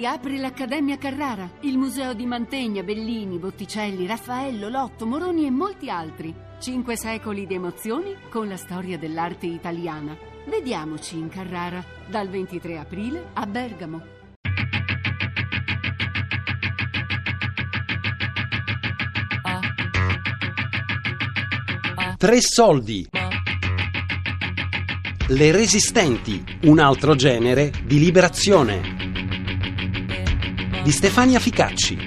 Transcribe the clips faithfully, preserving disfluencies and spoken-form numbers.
riapre l'Accademia Carrara, il museo di Mantegna, Bellini, Botticelli, Raffaello, Lotto, Moroni e molti altri. Cinque secoli di emozioni con la storia dell'arte italiana. Vediamoci in Carrara, dal ventitré aprile a Bergamo. Tre soldi. Le Resistenti, un altro genere di liberazione. Di Stefania Ficacci.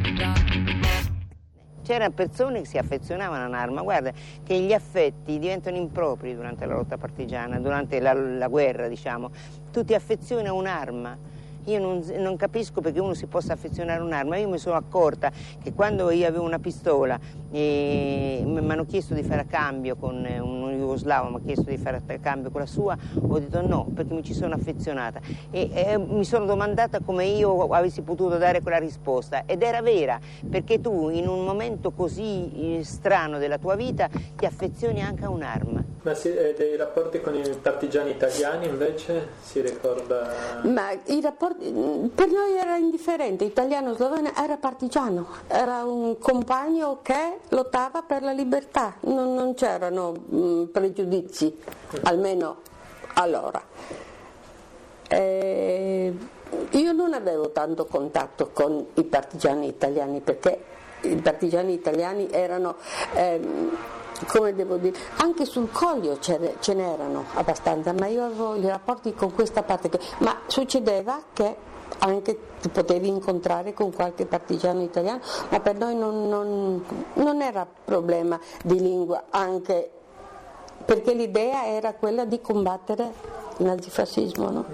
C'erano persone che si affezionavano a un'arma, guarda che gli affetti diventano impropri durante la lotta partigiana, durante la, la guerra, diciamo. Tu ti affezioni a un'arma. Io non, non capisco perché uno si possa affezionare a un'arma. Io mi sono accorta che quando io avevo una pistola e mi hanno chiesto di fare a cambio con un jugoslavo, mi ha chiesto di fare a cambio con la sua, ho detto no, perché mi ci sono affezionata e, e mi sono domandata come io avessi potuto dare quella risposta, ed era vera, perché tu in un momento così strano della tua vita ti affezioni anche a un'arma. Ma si, eh, dei rapporti con i partigiani italiani invece si ricorda? Ma i rapporti per noi era indifferente, italiano sloveno era partigiano, era un compagno che lottava per la libertà, non, non c'erano mh, pregiudizi, almeno allora. E io non avevo tanto contatto con i partigiani italiani perché i partigiani italiani erano, ehm, come devo dire, anche sul Coglio ce, ce n'erano abbastanza, ma io avevo i rapporti con questa parte, che, ma succedeva che anche ti potevi incontrare con qualche partigiano italiano, ma per noi non, non, non era problema di lingua, anche perché l'idea era quella di combattere il nazifascismo, no?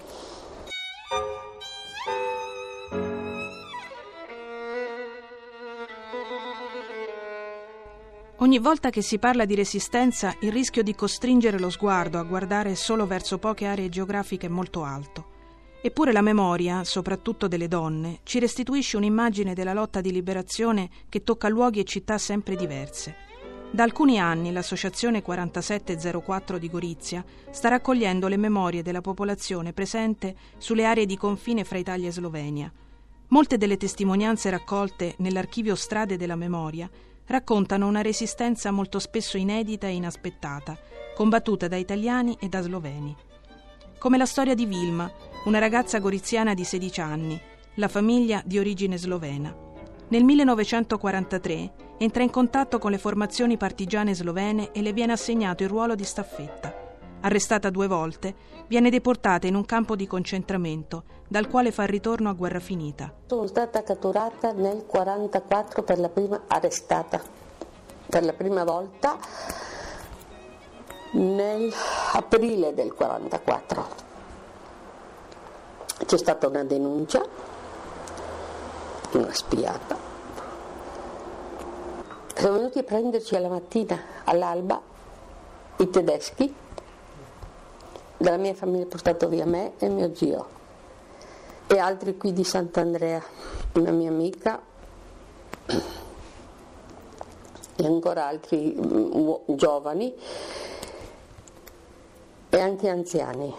Ogni volta che si parla di resistenza, il rischio di costringere lo sguardo a guardare solo verso poche aree geografiche è molto alto. Eppure la memoria, soprattutto delle donne, ci restituisce un'immagine della lotta di liberazione che tocca luoghi e città sempre diverse. Da alcuni anni l'associazione quarantasette zero quattro di Gorizia sta raccogliendo le memorie della popolazione presente sulle aree di confine fra Italia e Slovenia. Molte delle testimonianze raccolte nell'archivio Strade della Memoria raccontano una resistenza molto spesso inedita e inaspettata, combattuta da italiani e da sloveni. Come la storia di Vilma, una ragazza goriziana di sedici anni, la famiglia di origine slovena. Nel millenovecentoquarantatré entra in contatto con le formazioni partigiane slovene e le viene assegnato il ruolo di staffetta. Arrestata due volte, viene deportata in un campo di concentramento, dal quale fa il ritorno a guerra finita. Sono stata catturata nel quarantaquattro per la prima, arrestata per la prima volta nell'aprile del quarantaquattro. C'è stata una denuncia, una spiata. Sono venuti a prenderci alla mattina, all'alba, i tedeschi. Dalla mia famiglia ho portato via me e mio zio e altri qui di Sant'Andrea, una mia amica e ancora altri uo- giovani e anche anziani.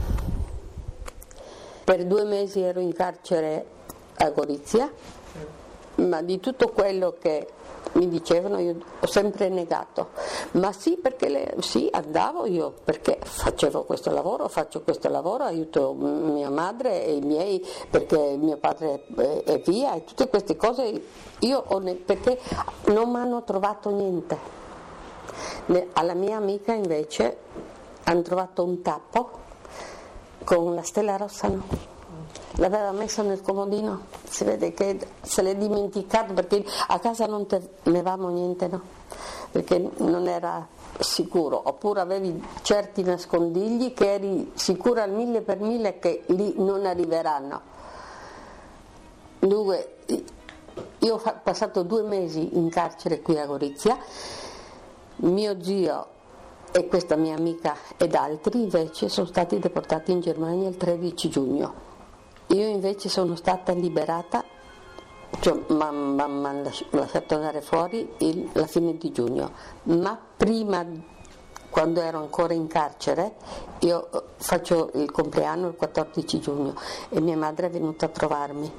Per due mesi ero in carcere a Gorizia, ma di tutto quello che mi dicevano io ho sempre negato, ma sì perché le, sì andavo io perché facevo questo lavoro, faccio questo lavoro, aiuto mia madre e i miei perché mio padre è, è via e tutte queste cose io ho ne, perché non mi hanno trovato niente. Ne, alla mia amica invece hanno trovato un tappo con la stella rossa, no? L'aveva messa nel comodino, si vede che se l'è dimenticato perché a casa non tenevamo niente, no? Perché non era sicuro, oppure avevi certi nascondigli che eri sicura al mille per mille che lì non arriveranno. Dunque, io ho passato due mesi in carcere qui a Gorizia, mio zio e questa mia amica ed altri invece sono stati deportati in Germania il tredici giugno. Io invece sono stata liberata, cioè mi hanno lasciato andare fuori il, la fine di giugno, ma prima quando ero ancora in carcere, io faccio il compleanno il quattordici giugno e mia madre è venuta a trovarmi.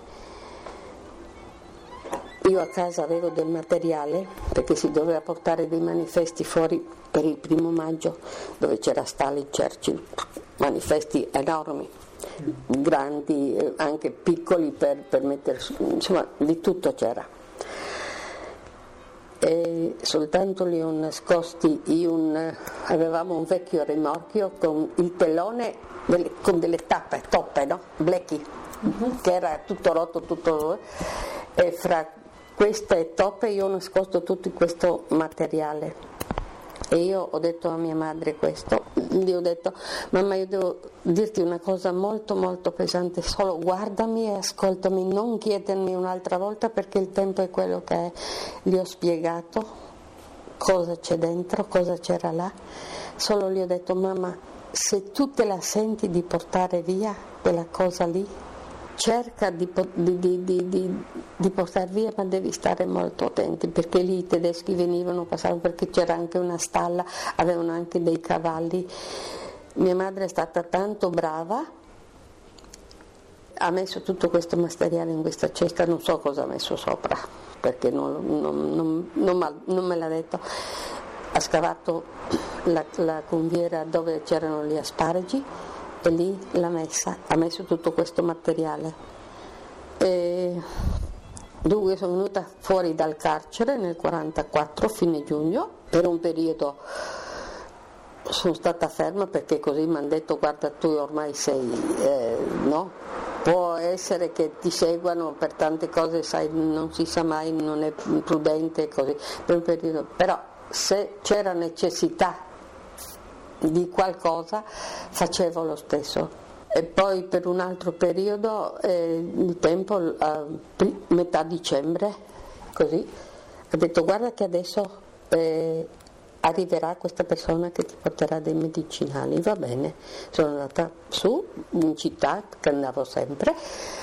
Io a casa avevo del materiale perché si doveva portare dei manifesti fuori per il primo maggio dove c'era Stalin, Churchill, manifesti enormi, grandi, anche piccoli per, per mettersi, insomma di tutto c'era. E soltanto li ho nascosti in un, avevamo un vecchio rimorchio con il telone delle, con delle tappe, toppe, no? Blechi, uh-huh. che era tutto rotto, tutto, e fra queste toppe io ho nascosto tutto questo materiale. E io ho detto a mia madre questo, gli ho detto: mamma, io devo dirti una cosa molto molto pesante, solo guardami e ascoltami, non chiedermi un'altra volta perché il tempo è quello che è. Gli ho spiegato cosa c'è dentro, cosa c'era là, solo gli ho detto: mamma, se tu te la senti di portare via quella cosa lì, cerca di, di, di, di, di portare via, ma devi stare molto attenti perché lì i tedeschi venivano, passavano, perché c'era anche una stalla, avevano anche dei cavalli. Mia madre è stata tanto brava, ha messo tutto questo materiale in questa cesta, non so cosa ha messo sopra perché non, non, non, non, non me l'ha detto. Ha scavato la, la conviera dove c'erano gli asparagi e lì l'ha messa, ha messo tutto questo materiale. E dunque sono venuta fuori dal carcere nel quarantaquattro, fine giugno, per un periodo sono stata ferma perché così mi hanno detto: guarda, tu ormai sei, eh, no? Può essere che ti seguano per tante cose, sai, non si sa mai, non è prudente così, per un periodo. Però se c'era necessità di qualcosa facevo lo stesso. E poi per un altro periodo, eh, il tempo, a metà dicembre, così, ha detto: guarda che adesso eh, arriverà questa persona che ti porterà dei medicinali. Va bene, sono andata su in città, che andavo sempre,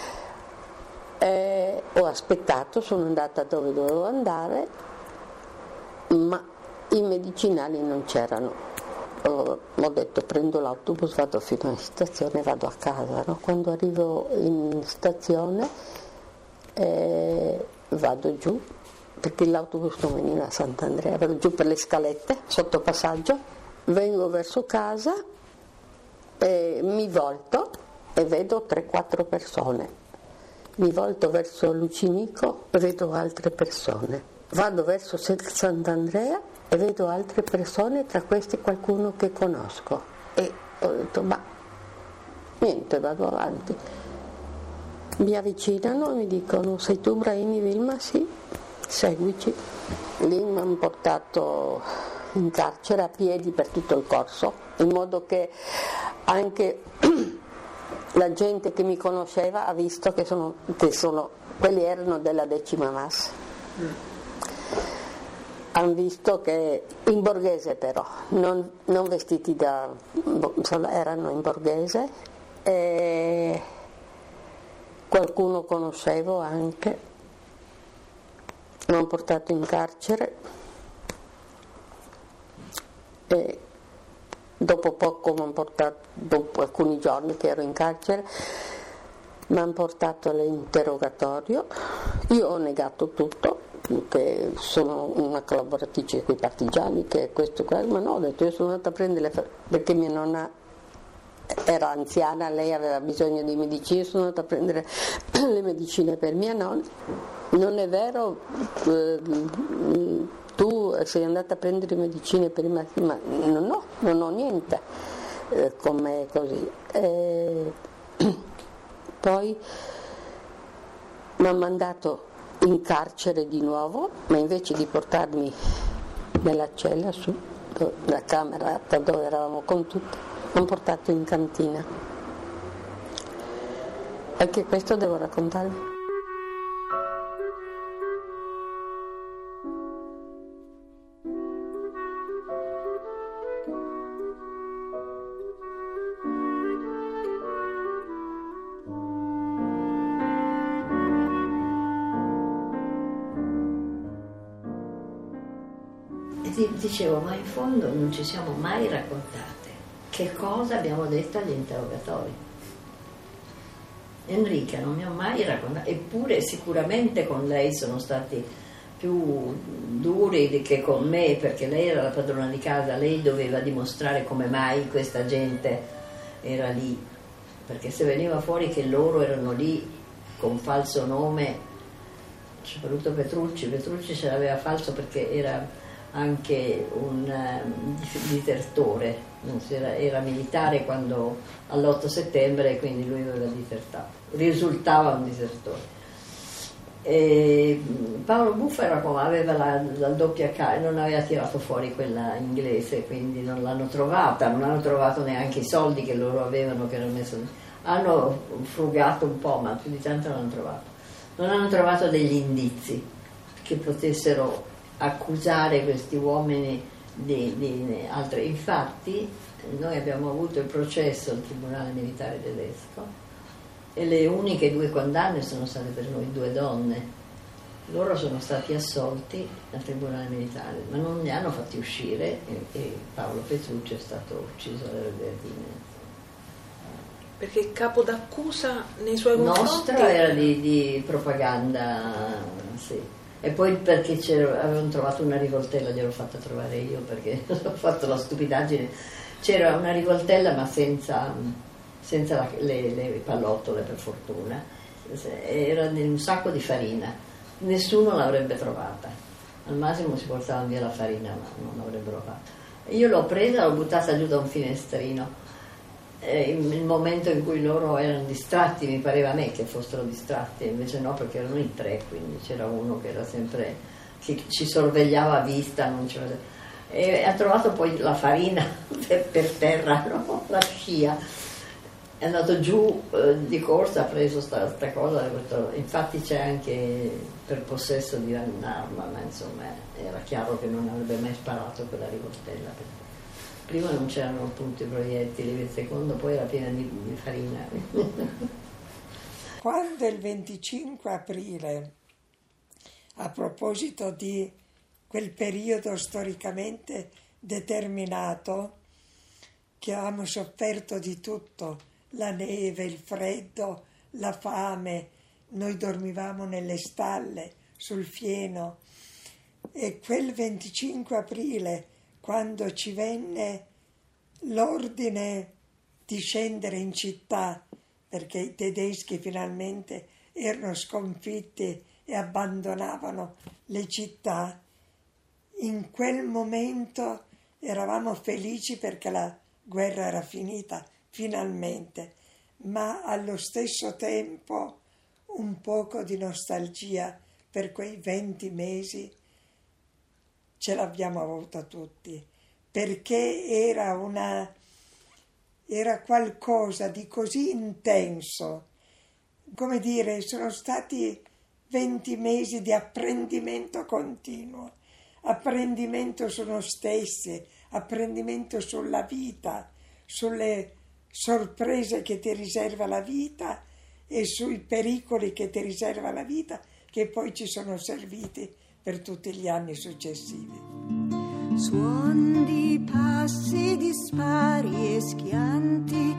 eh, ho aspettato, sono andata dove dovevo andare, ma i medicinali non c'erano. Ho detto: prendo l'autobus, vado fino alla stazione e vado a casa, no? Quando arrivo in stazione eh, vado giù perché l'autobus non veniva a Sant'Andrea, vado giù per le scalette sotto passaggio, vengo verso casa e mi volto e vedo tre quattro persone, mi volto verso Lucinico e vedo altre persone, vado verso Sant'Andrea e vedo altre persone, tra queste qualcuno che conosco, e ho detto: ma niente, vado avanti. Mi avvicinano e mi dicono: sei tu Brahimi Vilma? Sì, seguici. Lì mi hanno portato in carcere a piedi per tutto il corso, in modo che anche la gente che mi conosceva ha visto che sono, che sono quelli erano della decima Mas. Mm. Hanno visto che in borghese, però non, non vestiti da, erano in borghese, e qualcuno conoscevo anche, mi hanno portato in carcere e dopo poco mi hanno portato, dopo alcuni giorni che ero in carcere, mi hanno portato all'interrogatorio. Io ho negato tutto, che sono una collaboratrice con i partigiani, che questo qua, ma no, ho detto: io sono andata a prendere le, perché mia nonna era anziana, lei aveva bisogno di medicine, sono andata a prendere le medicine per mia nonna. Non è vero, eh, tu sei andata a prendere medicine per i maschi, ma no, no, non ho niente eh, con me così. E poi mi hanno mandato in carcere di nuovo, ma invece di portarmi nella cella su, la camera dove eravamo con tutti, mi hanno portato in cantina. Anche questo devo raccontarvi. di- dicevo, ma in fondo non ci siamo mai raccontate che cosa abbiamo detto agli interrogatori. Enrica non mi ha mai raccontato, eppure sicuramente con lei sono stati più duri di che con me, perché lei era la padrona di casa, lei doveva dimostrare come mai questa gente era lì, perché se veniva fuori che loro erano lì con falso nome, soprattutto Petrucci, Petrucci ce l'aveva falso perché era anche un um, disertore, era, era militare quando all'otto settembre, quindi lui aveva disertato, risultava un disertore. E Paolo Buffa era come, aveva la, la doppia cara, non aveva tirato fuori quella inglese, quindi non l'hanno trovata, non hanno trovato neanche i soldi che loro avevano, che erano messo, hanno frugato un po', ma più di tanto non hanno trovato. Non hanno trovato degli indizi che potessero accusare questi uomini di, di altre. Infatti noi abbiamo avuto il processo al Tribunale Militare Tedesco e le uniche due condanne sono state per noi due donne. Loro sono stati assolti al Tribunale Militare, ma non li hanno fatti uscire e, e Paolo Petrucci è stato ucciso alle Albertine. Perché il capo d'accusa nei suoi confronti nostro era di, di propaganda, sì. E poi perché avevano trovato una rivoltella, gliel'ho fatta trovare io perché ho fatto la stupidaggine. C'era una rivoltella ma senza, senza la, le, le pallottole, per fortuna, era in un sacco di farina, nessuno l'avrebbe trovata, al massimo si portavano via la farina ma non l'avrebbero fatta. Io l'ho presa, l'ho buttata giù da un finestrino. Il momento in cui loro erano distratti, mi pareva a me che fossero distratti, invece no, perché erano in tre, quindi c'era uno che era sempre, che ci sorvegliava a vista, non c'era, e ha trovato poi la farina per, per terra, no? La scia, è andato giù eh, di corsa, ha preso sta, sta cosa, infatti c'è anche per possesso di un'arma, ma insomma era chiaro che non avrebbe mai sparato quella rivoltella, perché prima non c'erano appunto i proiettili, il secondo poi era piena di, di farina. Quando il venticinque aprile, a proposito di quel periodo storicamente determinato, che avevamo sofferto di tutto, la neve, il freddo, la fame, noi dormivamo nelle stalle, sul fieno, e quel venticinque aprile, quando ci venne l'ordine di scendere in città, perché i tedeschi finalmente erano sconfitti e abbandonavano le città, in quel momento eravamo felici perché la guerra era finita, finalmente, ma allo stesso tempo un poco di nostalgia per quei venti mesi ce l'abbiamo avuta tutti, perché era una era qualcosa di così intenso, come dire, sono stati venti mesi di apprendimento continuo, apprendimento su noi stessi, apprendimento sulla vita, sulle sorprese che ti riserva la vita e sui pericoli che ti riserva la vita, che poi ci sono serviti per tutti gli anni successivi. Suon di passi dispari e schianti,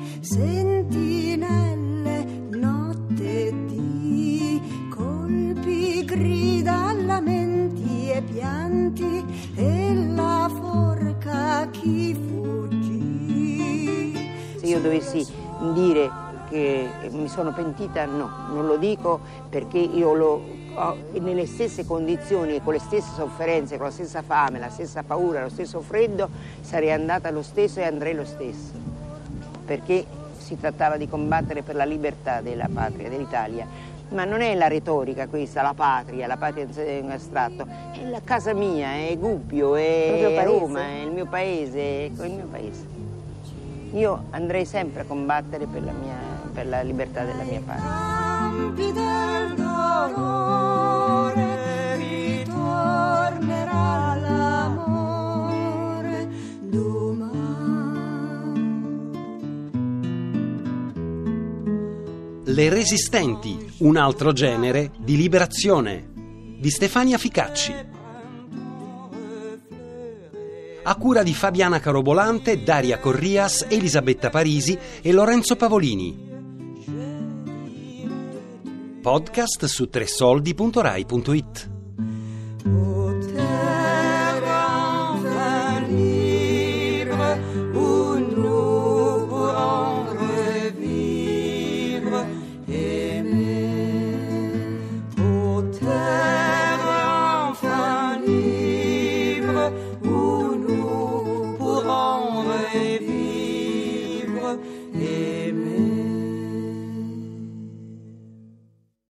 sentinelle, notte di colpi, grida, lamenti e pianti, e la forca chi fuggì. Se io dovessi dire che mi sono pentita, no, non lo dico, perché io lo nelle stesse condizioni, con le stesse sofferenze, con la stessa fame, la stessa paura, lo stesso freddo, sarei andata lo stesso e andrei lo stesso, perché si trattava di combattere per la libertà della patria, dell'Italia. Ma non è la retorica questa, la patria, la patria in astratto, è la casa mia, è Gubbio, è Roma, è il mio paese, è il mio paese. Io andrei sempre a combattere per la, mia, per la libertà della mia patria. Ritornerà l'amore domani. Le Resistenti, un altro genere di liberazione, di Stefania Ficacci. a cura di Fabiana Carobolante, Daria Corrias, Elisabetta Parisi e Lorenzo Pavolini. Podcast su tresoldi punto rai punto it.